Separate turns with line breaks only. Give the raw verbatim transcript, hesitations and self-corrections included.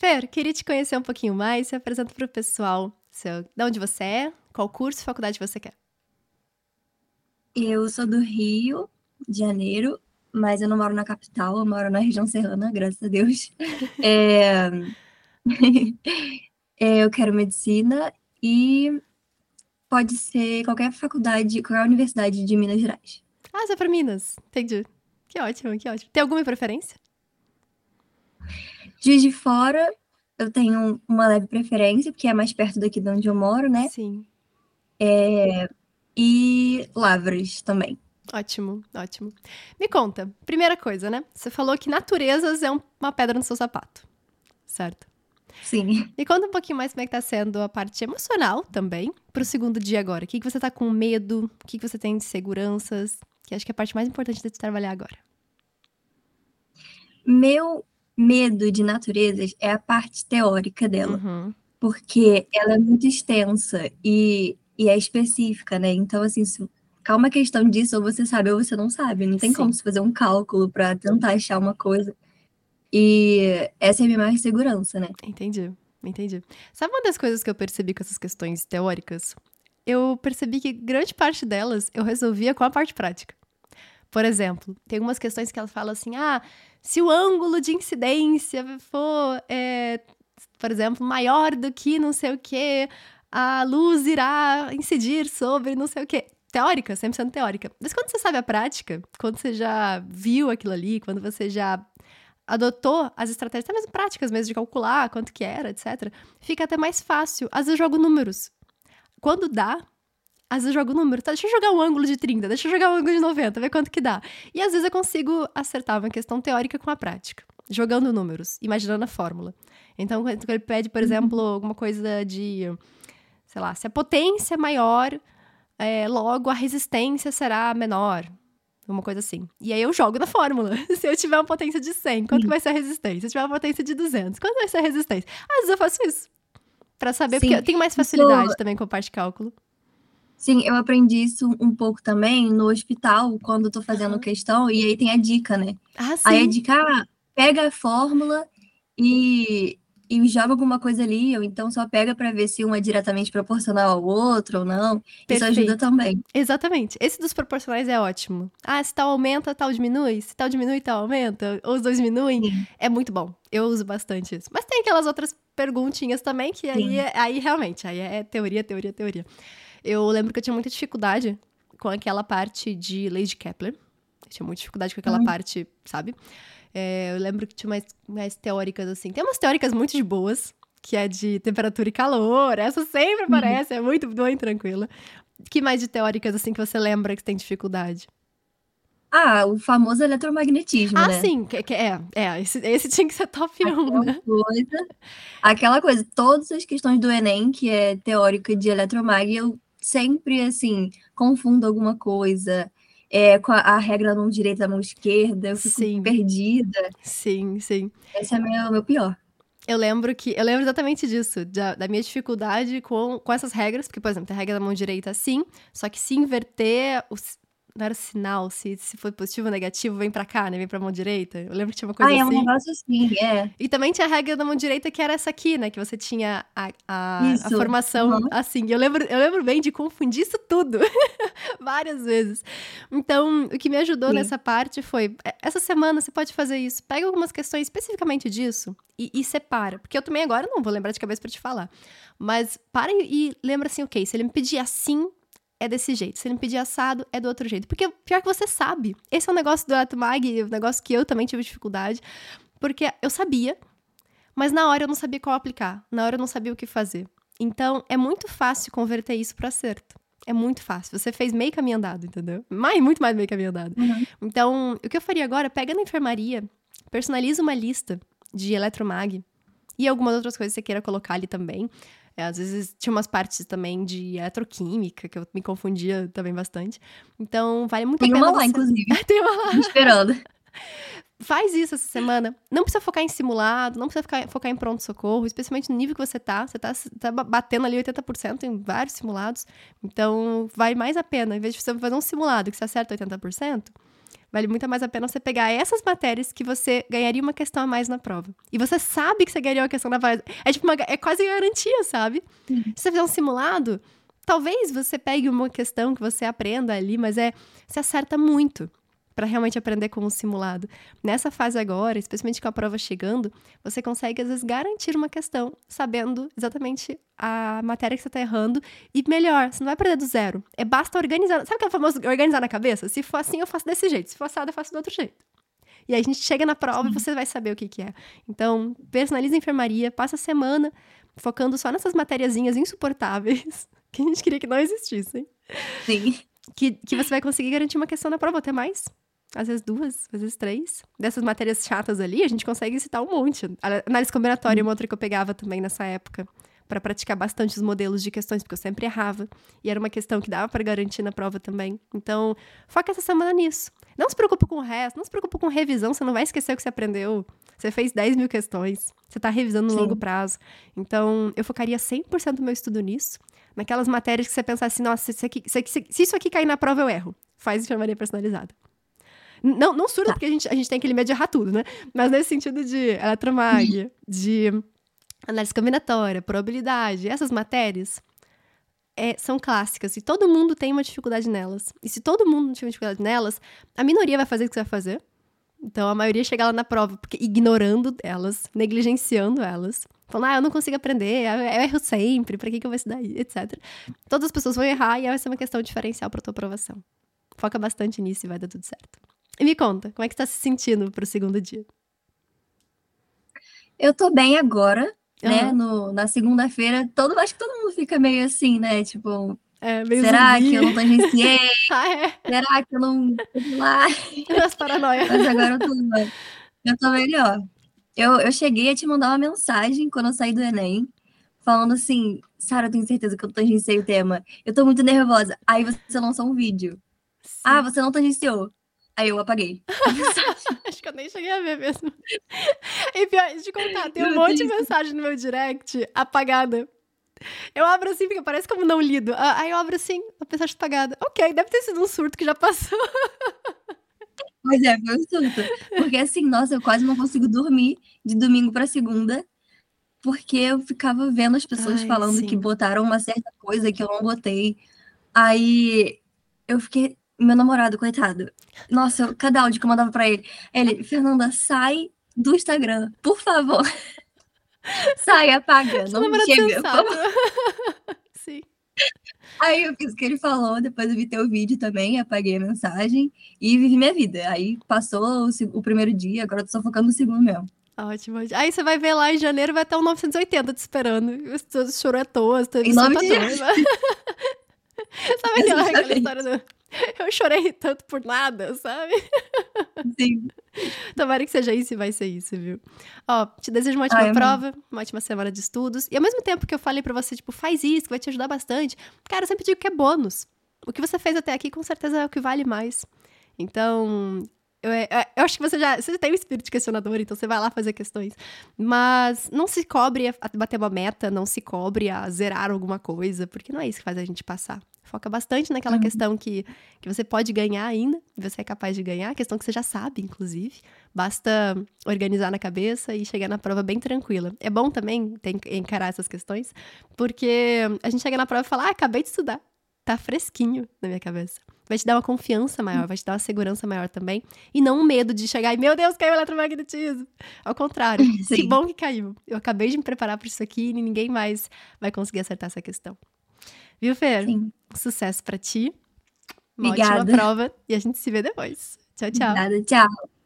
Fer, queria te conhecer um pouquinho mais. Se apresenta para o pessoal. Seu, de onde você é, qual curso e faculdade você quer.
Eu sou do Rio de Janeiro, mas eu não moro na capital, eu moro na região serrana, graças a Deus. É... é, eu quero medicina e pode ser qualquer faculdade, qualquer universidade de Minas Gerais.
Ah, você é para Minas. Entendi. Que ótimo, que ótimo. Tem alguma preferência?
Juiz de Fora, eu tenho uma leve preferência, porque é mais perto daqui de onde eu moro, né?
Sim.
É... E Lavras também.
Ótimo, ótimo. Me conta, primeira coisa, né? Você falou que naturezas é um- uma pedra no seu sapato, certo?
Sim.
Me conta um pouquinho mais como é que tá sendo a parte emocional também, pro segundo dia agora. O que, que você tá com medo? O que, que você tem de seguranças? Que acho que é a parte mais importante de trabalhar agora.
Meu medo de naturezas é a parte teórica dela.
Uhum.
Porque ela é muito extensa e, e é específica, né? Então, assim, se ficar uma questão disso, ou você sabe ou você não sabe. Não tem como
Sim,
se fazer um cálculo para tentar achar uma coisa. E essa é a minha maior segurança, né?
entendi, entendi. Sabe uma das coisas que eu percebi com essas questões teóricas? Eu percebi que grande parte delas eu resolvia com a parte prática. Por exemplo, tem algumas questões que ela fala assim, ah, se o ângulo de incidência for, é, por exemplo, maior do que não sei o quê, a luz irá incidir sobre não sei o quê. Teórica, cem por cento teórica. Mas quando você sabe a prática, quando você já viu aquilo ali, quando você já adotou as estratégias, até mesmo práticas mesmo, de calcular quanto que era, etcétera, fica até mais fácil. Às vezes eu jogo números. Quando dá, às vezes eu jogo número, tá? Deixa eu jogar um ângulo de trinta, deixa eu jogar um ângulo de noventa, ver quanto que dá. E às vezes eu consigo acertar uma questão teórica com a prática, jogando números, imaginando a fórmula. Então, quando ele pede, por exemplo, alguma coisa de, sei lá, se a potência é maior, é, logo a resistência será menor. Uma coisa assim. E aí eu jogo na fórmula. Se eu tiver uma potência de cem, quanto que vai ser a resistência? Se eu tiver uma potência de duzentos, quanto vai ser a resistência? Às vezes eu faço isso. Pra saber, porque eu
Sim,
tenho mais
isso,
facilidade também com a parte de cálculo.
sim, eu aprendi isso um pouco também no hospital, quando eu tô fazendo
Aham.
questão, e aí tem a dica, né?
Ah,
Aí a
sim.
dica, ah, pega a fórmula e, e joga alguma coisa ali, ou então só pega para ver se um é diretamente proporcional ao outro ou não. Isso ajuda
Perfeito.
também.
Exatamente. Esse dos proporcionais é ótimo. Ah, se tal aumenta, tal diminui. Se tal diminui, tal aumenta. Ou os dois diminuem.
Sim,
É muito bom. Eu uso bastante isso. Mas tem aquelas outras perguntinhas também que aí,
sim.
é- aí realmente, aí é teoria, teoria, teoria. Eu lembro que eu tinha muita dificuldade com aquela parte de lei de Kepler. Eu tinha muita dificuldade com aquela
Hum,
parte, sabe? É, eu lembro que tinha mais, mais teóricas assim. Tem umas teóricas muito de boas, que é de temperatura e calor. Essa sempre
sim.
aparece, é muito boa e tranquila. Que mais de teóricas, assim, que você lembra que tem dificuldade?
Ah, o famoso eletromagnetismo,
Ah,
né?
sim, que, que é, é, esse, esse tinha que ser top um,
Aquela
né?
coisa, aquela coisa, todas as questões do Enem, que é teórica de eletromag, eu sempre, assim, confundo alguma coisa, é, com a, a regra mão direita, mão esquerda, eu fico
Sim,
perdida.
sim, sim.
Esse é meu, meu pior.
Eu lembro que, eu lembro exatamente disso, da, da minha dificuldade com, com essas regras, porque, por exemplo, tem a regra da mão direita assim, só que se inverter, o, s- não era o sinal, se, se for positivo ou negativo, vem pra cá, né? Vem pra mão direita. Eu lembro que tinha uma
Ah,
coisa
é um
assim.
negócio assim, é.
E também tinha a regra da mão direita, que era essa aqui, né? Que você tinha a, a, a
Isso.
formação
Uhum.
assim. Eu lembro, eu lembro bem de confundir isso tudo. Várias vezes. Então, o que me ajudou
Sim.
nessa parte foi: é, essa semana você pode fazer isso. Pega algumas questões especificamente disso e, e separa. Porque eu também agora não vou lembrar de cabeça pra te falar. Mas para e, e lembra assim, ok, se ele me pedir assim, é desse jeito. Se ele me pedir assado, é do outro jeito. Porque pior que você sabe. Esse é um negócio do Atomag, um negócio que eu também tive dificuldade. Porque eu sabia, mas na hora eu não sabia qual aplicar. Na hora eu não sabia o que fazer. Então, é muito fácil converter isso para acerto. É muito fácil. Você fez meio caminho andado, entendeu? Mais, muito mais meio caminho andado.
Uhum.
Então, o que eu faria agora, pega na enfermaria, personaliza uma lista de eletromag e algumas outras coisas que você queira colocar ali também. É, às vezes tinha umas partes também de eletroquímica, que eu me confundia também bastante. Então, vale muito a
Tem
pena
uma lá,
você...
inclusive,
Tem uma
me esperando.
Faz isso essa semana. Não precisa focar em simulado, não precisa ficar- focar em pronto-socorro, especialmente no nível que você tá. Você tá, tá ba- batendo ali oitenta por cento em vários simulados. Então, vale mais a pena. Em vez de você fazer um simulado que você acerta oitenta por cento, Vale muito mais a pena você pegar essas matérias que você ganharia uma questão a mais na prova. E você sabe que você ganharia uma questão na prova. É tipo uma, é quase garantia, sabe?
Sim.
Se você fizer um simulado, talvez você pegue uma questão que você aprenda ali, mas é você acerta muito para realmente aprender com o simulado. Nessa fase agora, especialmente com a prova chegando, você consegue, às vezes, garantir uma questão, sabendo exatamente a matéria que você tá errando. E melhor, você não vai perder do zero. É basta organizar. Sabe aquele famoso organizar na cabeça? Se for assim, eu faço desse jeito. Se for assado, eu faço do outro jeito. E aí a gente chega na prova e você vai saber o que que é. Então, personaliza a enfermaria, passa a semana focando só nessas matériazinhas insuportáveis que a gente queria que não existissem.
Sim.
Que, que você vai conseguir garantir uma questão na prova, até mais. Às vezes duas, às vezes três. Dessas matérias chatas ali, a gente consegue citar um monte. A análise combinatória é uma outra que eu pegava também nessa época, para praticar bastante os modelos de questões, porque eu sempre errava. E era uma questão que dava para garantir na prova também. Então, foca essa semana nisso. Não se preocupe com o resto, não se preocupe com revisão, você não vai esquecer o que você aprendeu. Você fez dez mil questões, você tá revisando no
Sim.
longo prazo. Então, eu focaria cem por cento do meu estudo nisso. Naquelas matérias que você pensa assim, nossa, se isso aqui, se, se isso aqui cair na prova, eu erro. Faz enfermaria personalizada. Não, não surda, tá. Porque a gente, a gente tem aquele medo de errar tudo, né? Mas nesse sentido de eletromag, de análise combinatória, probabilidade, essas matérias é, são clássicas. E todo mundo tem uma dificuldade nelas. E se todo mundo tiver dificuldade nelas, a minoria vai fazer o que você vai fazer. Então, a maioria chega lá na prova porque, ignorando elas, negligenciando elas. Falando, ah, eu não consigo aprender, eu erro sempre, pra que, que eu vou estudar isso, etcétera. Todas as pessoas vão errar e vai ser uma questão diferencial pra tua aprovação. Foca bastante nisso e vai dar tudo certo. E me conta, como é que você tá se sentindo pro segundo dia?
Eu tô bem agora, uhum. né? No, na segunda-feira, todo, acho que todo mundo fica meio assim, né? Tipo,
é, meio
será
zumbi.
que eu não tangenciei?
ah, é?
Será que eu não... lá?
As paranoias.
Mas agora eu tô, eu tô melhor. Eu, eu cheguei a te mandar uma mensagem quando eu saí do Enem, falando assim, Sara, eu tenho certeza que eu tangenciei o tema. Eu tô muito nervosa. Aí você lançou um vídeo. Sim. Ah, você não tangenciou. Aí eu apaguei.
Acho que eu nem cheguei a ver mesmo. E pior, deixa eu te contar, tem um monte de mensagem no meu direct apagada. Eu abro assim, porque parece como não lido. Aí eu abro assim, a mensagem apagada. Ok, deve ter sido um surto que já passou.
Pois é, foi um surto. Porque assim, nossa, eu quase não consigo dormir de domingo pra segunda, porque eu ficava vendo as pessoas Ai, falando sim. que botaram uma certa coisa que eu não botei. Aí eu fiquei... Meu namorado, coitado. Nossa, eu, cada áudio que eu mandava pra ele. Ele, Fernanda, sai do Instagram, por favor. Sai, apaga,
Seu
não chega.
Sim.
Aí eu fiz o que ele falou, depois eu vi teu vídeo também, apaguei a mensagem e vivi minha vida. Aí passou o, o primeiro dia, agora eu tô só focando no segundo mesmo.
Ótimo. Aí você vai ver lá em janeiro, vai estar um novecentos e oitenta te esperando. Você chorou à toa, você
em nome de
Deus. Sabe aquela, aquela história do... Eu chorei tanto por nada, sabe?
Sim.
Tomara que seja isso e vai ser isso, viu? Ó, te desejo uma ótima Ai, prova, amor. Uma ótima semana de estudos. E ao mesmo tempo que eu falei pra você, tipo, faz isso, que vai te ajudar bastante. Cara, eu sempre digo que é bônus. O que você fez até aqui, com certeza, é o que vale mais. Então... Eu, eu acho que você já você tem um espírito questionador, então você vai lá fazer questões. Mas não se cobre a bater uma meta, não se cobre a zerar alguma coisa, porque não é isso que faz a gente passar. Foca bastante naquela uhum. questão que, que você pode ganhar ainda, e você é capaz de ganhar, questão que você já sabe, inclusive. Basta organizar na cabeça e chegar na prova bem tranquila. É bom também ter, encarar essas questões, porque a gente chega na prova e fala, ah, acabei de estudar. Tá fresquinho na minha cabeça. Vai te dar uma confiança maior, vai te dar uma segurança maior também. E não um medo de chegar e, meu Deus, caiu o eletromagnetismo. Ao contrário, Sim. que bom que caiu. Eu acabei de me preparar para isso aqui e ninguém mais vai conseguir acertar essa questão. Viu, Fer?
Sim.
Sucesso para ti. Uma
Obrigada.
ótima prova e a gente se vê depois. Tchau, tchau.
Obrigada, tchau.